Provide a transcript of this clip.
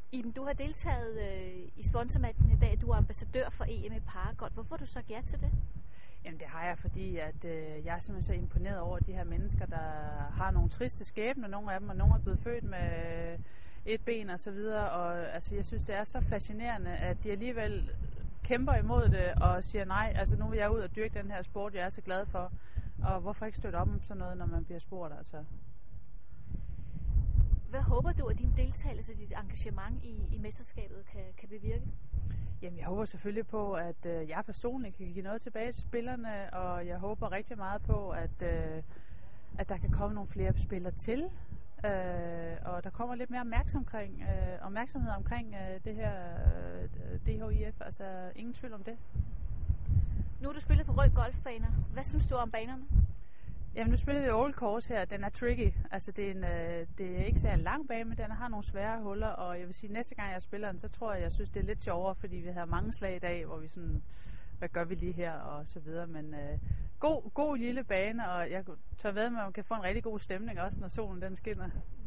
Iben, du har deltaget i sponsormatchen i dag. Du er ambassadør for EM i Paragot. Hvorfor har du sagt ja til det? Jamen det har jeg, fordi at jeg er simpelthen så imponeret over de her mennesker, der har nogle triste skæbner, nogle af dem, og nogle er blevet født med et ben og så videre. Og altså, jeg synes, det er så fascinerende, at de alligevel kæmper imod det og siger nej. Altså nu vil jeg ud og dyrke den her sport, jeg er så glad for. Og hvorfor ikke støtte op om sådan noget, når man bliver spurgt, altså? Hvad håber du, at din deltagelse, dit engagement i mesterskabet kan bevirke? Jamen, jeg håber selvfølgelig på, at jeg personligt kan give noget tilbage til spillerne, og jeg håber rigtig meget på, at der kan komme nogle flere spillere til, og der kommer lidt mere opmærksomhed omkring det her DHIF, altså ingen tvivl om det. Nu har du spillet på Rød Golfbaner. Hvad synes du om banerne? Jamen, nu spiller vi Old Course her. Den er tricky. Altså, det er ikke så en lang bane, men den har nogle svære huller. Og jeg vil sige, at næste gang jeg spiller den, så tror jeg synes, det er lidt sjovere, fordi vi har mange slag i dag, hvor vi sådan, hvad gør vi lige her, og så videre. Men god lille bane, og jeg tør ved med, at man kan få en rigtig god stemning også, når solen den skinner.